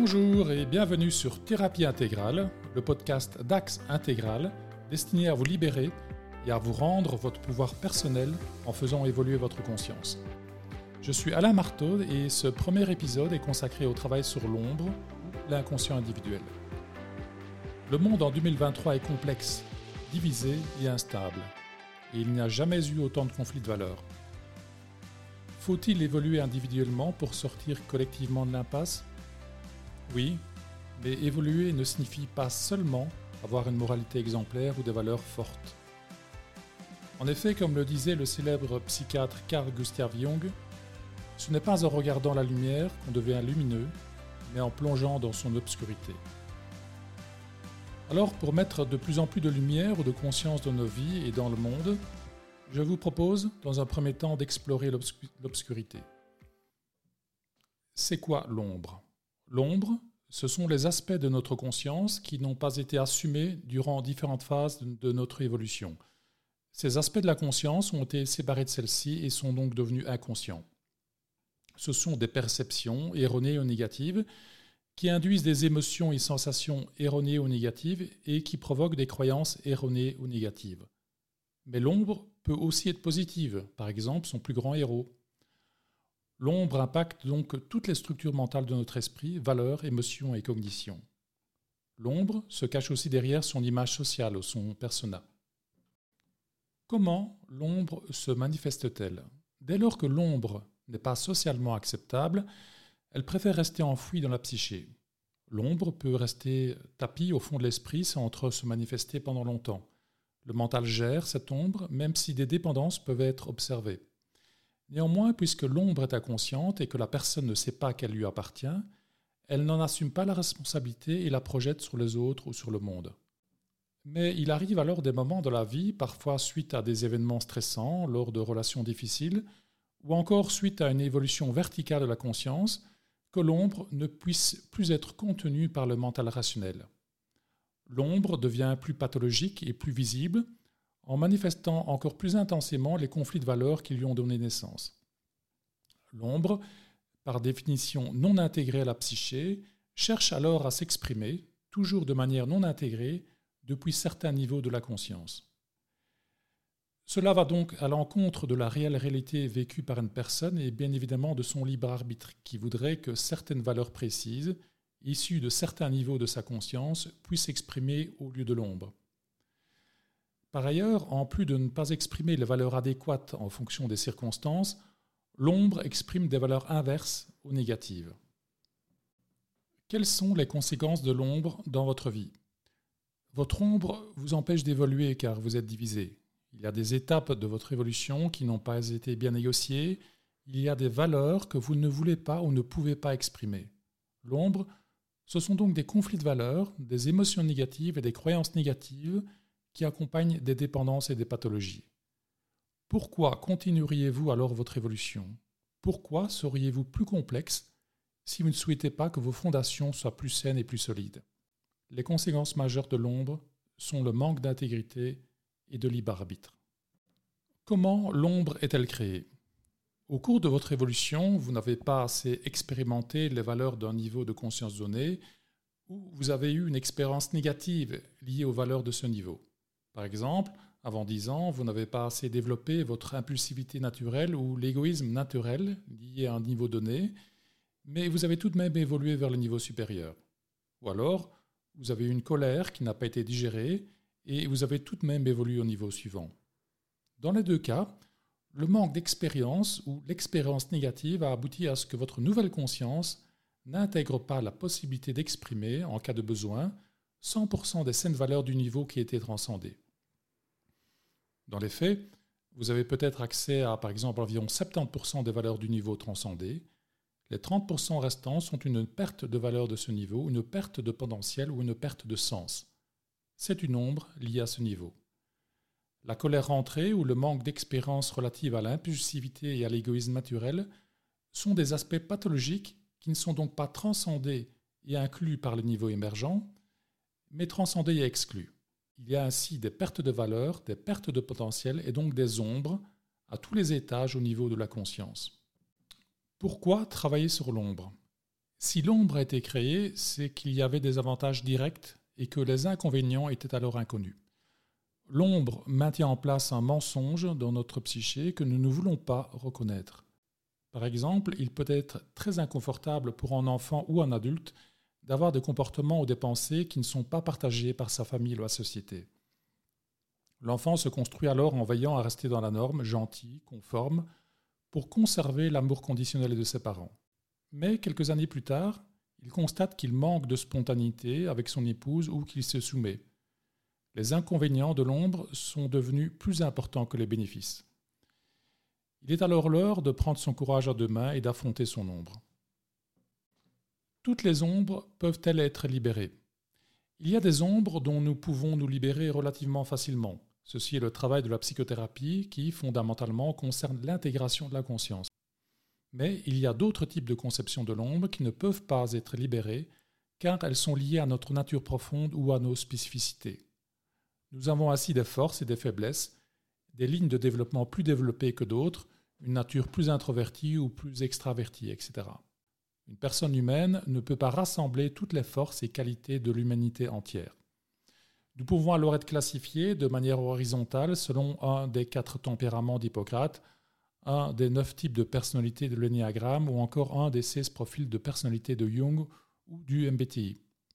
Bonjour et bienvenue sur Thérapie Intégrale, le podcast d'Axe Intégral destiné à vous libérer et à vous rendre votre pouvoir personnel en faisant évoluer votre conscience. Je suis Alain Marteau et ce premier épisode est consacré au travail sur l'ombre ou l'inconscient individuel. Le monde en 2023 est complexe, divisé et instable, et il n'y a jamais eu autant de conflits de valeurs. Faut-il évoluer individuellement pour sortir collectivement de l'impasse ? Oui, mais évoluer ne signifie pas seulement avoir une moralité exemplaire ou des valeurs fortes. En effet, comme le disait le célèbre psychiatre Carl Gustav Jung, ce n'est pas en regardant la lumière qu'on devient lumineux, mais en plongeant dans son obscurité. Alors, pour mettre de plus en plus de lumière ou de conscience dans nos vies et dans le monde, je vous propose, dans un premier temps, d'explorer l'obscurité. C'est quoi l'ombre ? L'ombre, ce sont les aspects de notre conscience qui n'ont pas été assumés durant différentes phases de notre évolution. Ces aspects de la conscience ont été séparés de celle-ci et sont donc devenus inconscients. Ce sont des perceptions erronées ou négatives qui induisent des émotions et sensations erronées ou négatives et qui provoquent des croyances erronées ou négatives. Mais l'ombre peut aussi être positive, par exemple son plus grand héros. L'ombre impacte donc toutes les structures mentales de notre esprit, valeurs, émotions et cognitions. L'ombre se cache aussi derrière son image sociale ou son persona. Comment l'ombre se manifeste-t-elle ? Dès lors que l'ombre n'est pas socialement acceptable, elle préfère rester enfouie dans la psyché. L'ombre peut rester tapie au fond de l'esprit sans trop se manifester pendant longtemps. Le mental gère cette ombre, même si des dépendances peuvent être observées. Néanmoins, puisque l'ombre est inconsciente et que la personne ne sait pas qu'elle lui appartient, elle n'en assume pas la responsabilité et la projette sur les autres ou sur le monde. Mais il arrive alors des moments de la vie, parfois suite à des événements stressants, lors de relations difficiles, ou encore suite à une évolution verticale de la conscience, que l'ombre ne puisse plus être contenue par le mental rationnel. L'ombre devient plus pathologique et plus visible, en manifestant encore plus intensément les conflits de valeurs qui lui ont donné naissance. L'ombre, par définition non intégrée à la psyché, cherche alors à s'exprimer, toujours de manière non intégrée, depuis certains niveaux de la conscience. Cela va donc à l'encontre de la réelle réalité vécue par une personne et bien évidemment de son libre arbitre, qui voudrait que certaines valeurs précises, issues de certains niveaux de sa conscience, puissent s'exprimer au lieu de l'ombre. Par ailleurs, en plus de ne pas exprimer les valeurs adéquates en fonction des circonstances, l'ombre exprime des valeurs inverses ou négatives. Quelles sont les conséquences de l'ombre dans votre vie ? Votre ombre vous empêche d'évoluer car vous êtes divisé. Il y a des étapes de votre évolution qui n'ont pas été bien négociées. Il y a des valeurs que vous ne voulez pas ou ne pouvez pas exprimer. L'ombre, ce sont donc des conflits de valeurs, des émotions négatives et des croyances négatives qui accompagnent des dépendances et des pathologies. Pourquoi continueriez-vous alors votre évolution ? Pourquoi seriez-vous plus complexe si vous ne souhaitez pas que vos fondations soient plus saines et plus solides ? Les conséquences majeures de l'ombre sont le manque d'intégrité et de libre arbitre. Comment l'ombre est-elle créée ? Au cours de votre évolution, vous n'avez pas assez expérimenté les valeurs d'un niveau de conscience donné ou vous avez eu une expérience négative liée aux valeurs de ce niveau. Par exemple, avant 10 ans, vous n'avez pas assez développé votre impulsivité naturelle ou l'égoïsme naturel lié à un niveau donné, mais vous avez tout de même évolué vers le niveau supérieur. Ou alors, vous avez eu une colère qui n'a pas été digérée et vous avez tout de même évolué au niveau suivant. Dans les deux cas, le manque d'expérience ou l'expérience négative a abouti à ce que votre nouvelle conscience n'intègre pas la possibilité d'exprimer, en cas de besoin, 100% des saines valeurs du niveau qui était transcendé. Dans les faits, vous avez peut-être accès à, par exemple, environ 70% des valeurs du niveau transcendé. Les 30% restants sont une perte de valeur de ce niveau, une perte de potentiel ou une perte de sens. C'est une ombre liée à ce niveau. La colère rentrée ou le manque d'expérience relative à l'impulsivité et à l'égoïsme naturel sont des aspects pathologiques qui ne sont donc pas transcendés et inclus par le niveau émergent, mais transcendés et exclus. Il y a ainsi des pertes de valeur, des pertes de potentiel et donc des ombres à tous les étages au niveau de la conscience. Pourquoi travailler sur l'ombre ? Si l'ombre a été créée, c'est qu'il y avait des avantages directs et que les inconvénients étaient alors inconnus. L'ombre maintient en place un mensonge dans notre psyché que nous ne voulons pas reconnaître. Par exemple, il peut être très inconfortable pour un enfant ou un adulte d'avoir des comportements ou des pensées qui ne sont pas partagés par sa famille ou la société. L'enfant se construit alors en veillant à rester dans la norme, gentil, conforme, pour conserver l'amour conditionnel de ses parents. Mais quelques années plus tard, il constate qu'il manque de spontanéité avec son épouse ou qu'il se soumet. Les inconvénients de l'ombre sont devenus plus importants que les bénéfices. Il est alors l'heure de prendre son courage à deux mains et d'affronter son ombre. Toutes les ombres peuvent-elles être libérées ? Il y a des ombres dont nous pouvons nous libérer relativement facilement. Ceci est le travail de la psychothérapie qui, fondamentalement, concerne l'intégration de la conscience. Mais il y a d'autres types de conceptions de l'ombre qui ne peuvent pas être libérées car elles sont liées à notre nature profonde ou à nos spécificités. Nous avons ainsi des forces et des faiblesses, des lignes de développement plus développées que d'autres, une nature plus introvertie ou plus extravertie, etc. Une personne humaine ne peut pas rassembler toutes les forces et qualités de l'humanité entière. Nous pouvons alors être classifiés de manière horizontale selon un des 4 tempéraments d'Hippocrate, un des 9 types de personnalité de l'énéagramme ou encore un des 16 profils de personnalité de Jung ou du MBTI.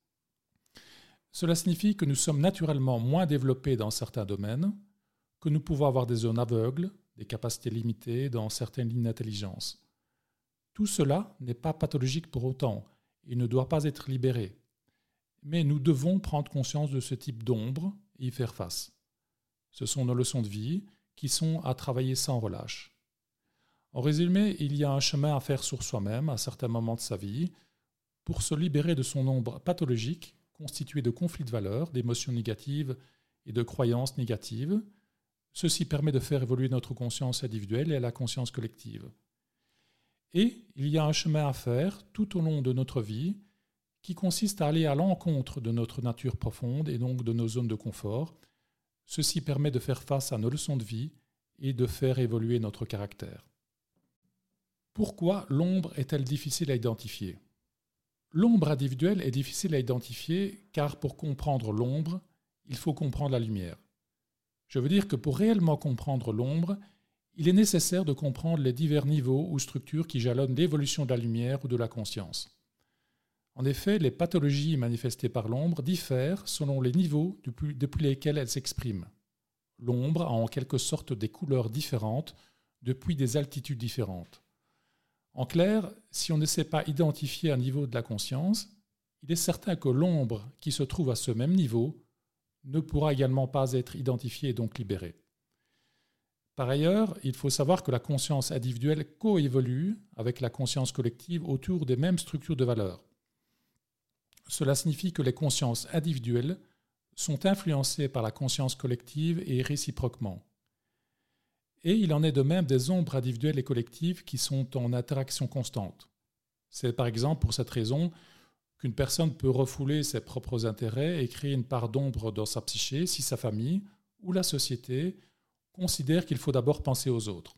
Cela signifie que nous sommes naturellement moins développés dans certains domaines, que nous pouvons avoir des zones aveugles, des capacités limitées dans certaines lignes d'intelligence. Tout cela n'est pas pathologique pour autant et ne doit pas être libéré. Mais nous devons prendre conscience de ce type d'ombre et y faire face. Ce sont nos leçons de vie qui sont à travailler sans relâche. En résumé, il y a un chemin à faire sur soi-même à certains moments de sa vie pour se libérer de son ombre pathologique constitué de conflits de valeurs, d'émotions négatives et de croyances négatives. Ceci permet de faire évoluer notre conscience individuelle et la conscience collective. Et il y a un chemin à faire tout au long de notre vie qui consiste à aller à l'encontre de notre nature profonde et donc de nos zones de confort. Ceci permet de faire face à nos leçons de vie et de faire évoluer notre caractère. Pourquoi l'ombre est-elle difficile à identifier ? L'ombre individuelle est difficile à identifier car pour comprendre l'ombre, il faut comprendre la lumière. Je veux dire que pour réellement comprendre l'ombre, il est nécessaire de comprendre les divers niveaux ou structures qui jalonnent l'évolution de la lumière ou de la conscience. En effet, les pathologies manifestées par l'ombre diffèrent selon les niveaux depuis lesquels elles s'expriment. L'ombre a en quelque sorte des couleurs différentes depuis des altitudes différentes. En clair, si on ne sait pas identifier un niveau de la conscience, il est certain que l'ombre qui se trouve à ce même niveau ne pourra également pas être identifiée et donc libérée. Par ailleurs, il faut savoir que la conscience individuelle coévolue avec la conscience collective autour des mêmes structures de valeurs. Cela signifie que les consciences individuelles sont influencées par la conscience collective et réciproquement. Et il en est de même des ombres individuelles et collectives qui sont en interaction constante. C'est par exemple pour cette raison qu'une personne peut refouler ses propres intérêts et créer une part d'ombre dans sa psyché si sa famille ou la société considère qu'il faut d'abord penser aux autres.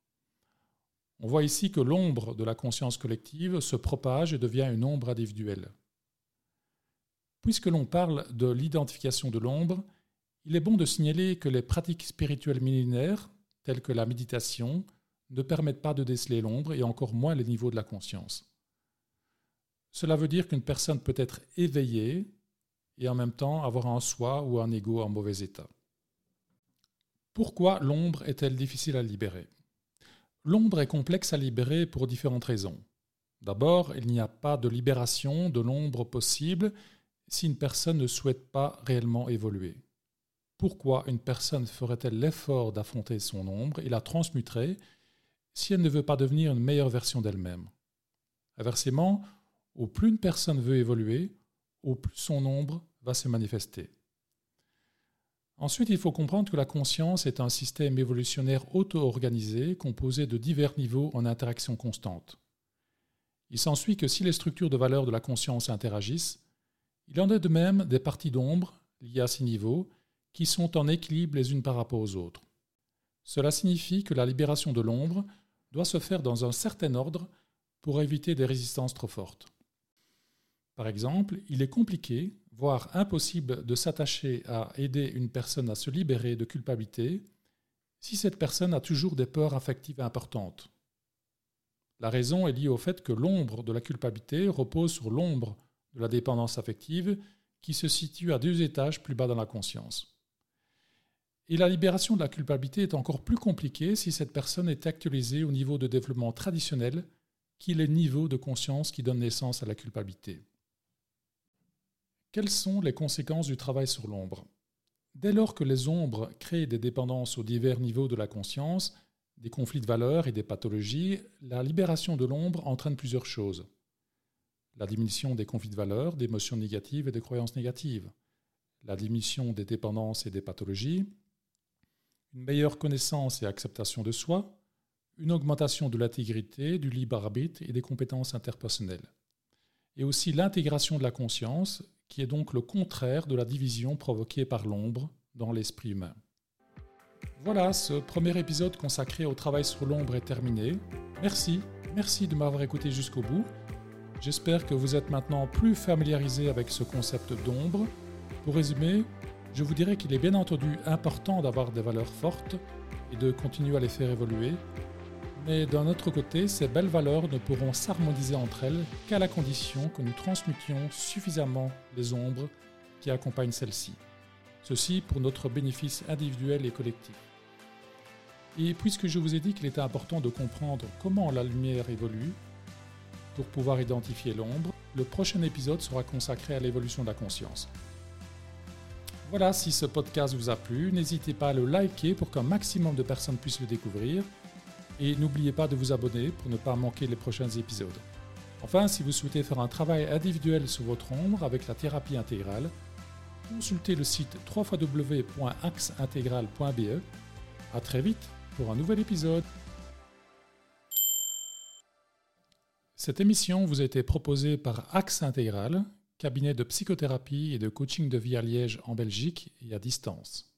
On voit ici que l'ombre de la conscience collective se propage et devient une ombre individuelle. Puisque l'on parle de l'identification de l'ombre, il est bon de signaler que les pratiques spirituelles millénaires, telles que la méditation, ne permettent pas de déceler l'ombre et encore moins les niveaux de la conscience. Cela veut dire qu'une personne peut être éveillée et en même temps avoir un soi ou un ego en mauvais état. Pourquoi l'ombre est-elle difficile à libérer ? L'ombre est complexe à libérer pour différentes raisons. D'abord, il n'y a pas de libération de l'ombre possible si une personne ne souhaite pas réellement évoluer. Pourquoi une personne ferait-elle l'effort d'affronter son ombre et la transmuterait si elle ne veut pas devenir une meilleure version d'elle-même ? Inversement, au plus une personne veut évoluer, au plus son ombre va se manifester. Ensuite, il faut comprendre que la conscience est un système évolutionnaire auto-organisé composé de divers niveaux en interaction constante. Il s'ensuit que si les structures de valeur de la conscience interagissent, il en est de même des parties d'ombre liées à ces niveaux qui sont en équilibre les unes par rapport aux autres. Cela signifie que la libération de l'ombre doit se faire dans un certain ordre pour éviter des résistances trop fortes. Par exemple, il est compliqué, voire impossible de s'attacher à aider une personne à se libérer de culpabilité si cette personne a toujours des peurs affectives importantes. La raison est liée au fait que l'ombre de la culpabilité repose sur l'ombre de la dépendance affective qui se situe à 2 étages plus bas dans la conscience. Et la libération de la culpabilité est encore plus compliquée si cette personne est actualisée au niveau de développement traditionnel, qui est le niveau de conscience qui donne naissance à la culpabilité. Quelles sont les conséquences du travail sur l'ombre ? Dès lors que les ombres créent des dépendances aux divers niveaux de la conscience, des conflits de valeurs et des pathologies, la libération de l'ombre entraîne plusieurs choses. La diminution des conflits de valeurs, d'émotions négatives et de croyances négatives, la diminution des dépendances et des pathologies, une meilleure connaissance et acceptation de soi, une augmentation de l'intégrité, du libre arbitre et des compétences interpersonnelles. Et aussi l'intégration de la conscience, qui est donc le contraire de la division provoquée par l'ombre dans l'esprit humain. Voilà, ce premier épisode consacré au travail sur l'ombre est terminé. Merci de m'avoir écouté jusqu'au bout. J'espère que vous êtes maintenant plus familiarisé avec ce concept d'ombre. Pour résumer, je vous dirais qu'il est bien entendu important d'avoir des valeurs fortes et de continuer à les faire évoluer. Mais d'un autre côté, ces belles valeurs ne pourront s'harmoniser entre elles qu'à la condition que nous transmutions suffisamment les ombres qui accompagnent celles-ci. Ceci pour notre bénéfice individuel et collectif. Et puisque je vous ai dit qu'il était important de comprendre comment la lumière évolue, pour pouvoir identifier l'ombre, le prochain épisode sera consacré à l'évolution de la conscience. Voilà, si ce podcast vous a plu, n'hésitez pas à le liker pour qu'un maximum de personnes puissent le découvrir. Et n'oubliez pas de vous abonner pour ne pas manquer les prochains épisodes. Enfin, si vous souhaitez faire un travail individuel sur votre ombre avec la thérapie intégrale, consultez le site www.axeintegral.be. À très vite pour un nouvel épisode. Cette émission vous a été proposée par Axe Intégral, cabinet de psychothérapie et de coaching de vie à Liège en Belgique et à distance.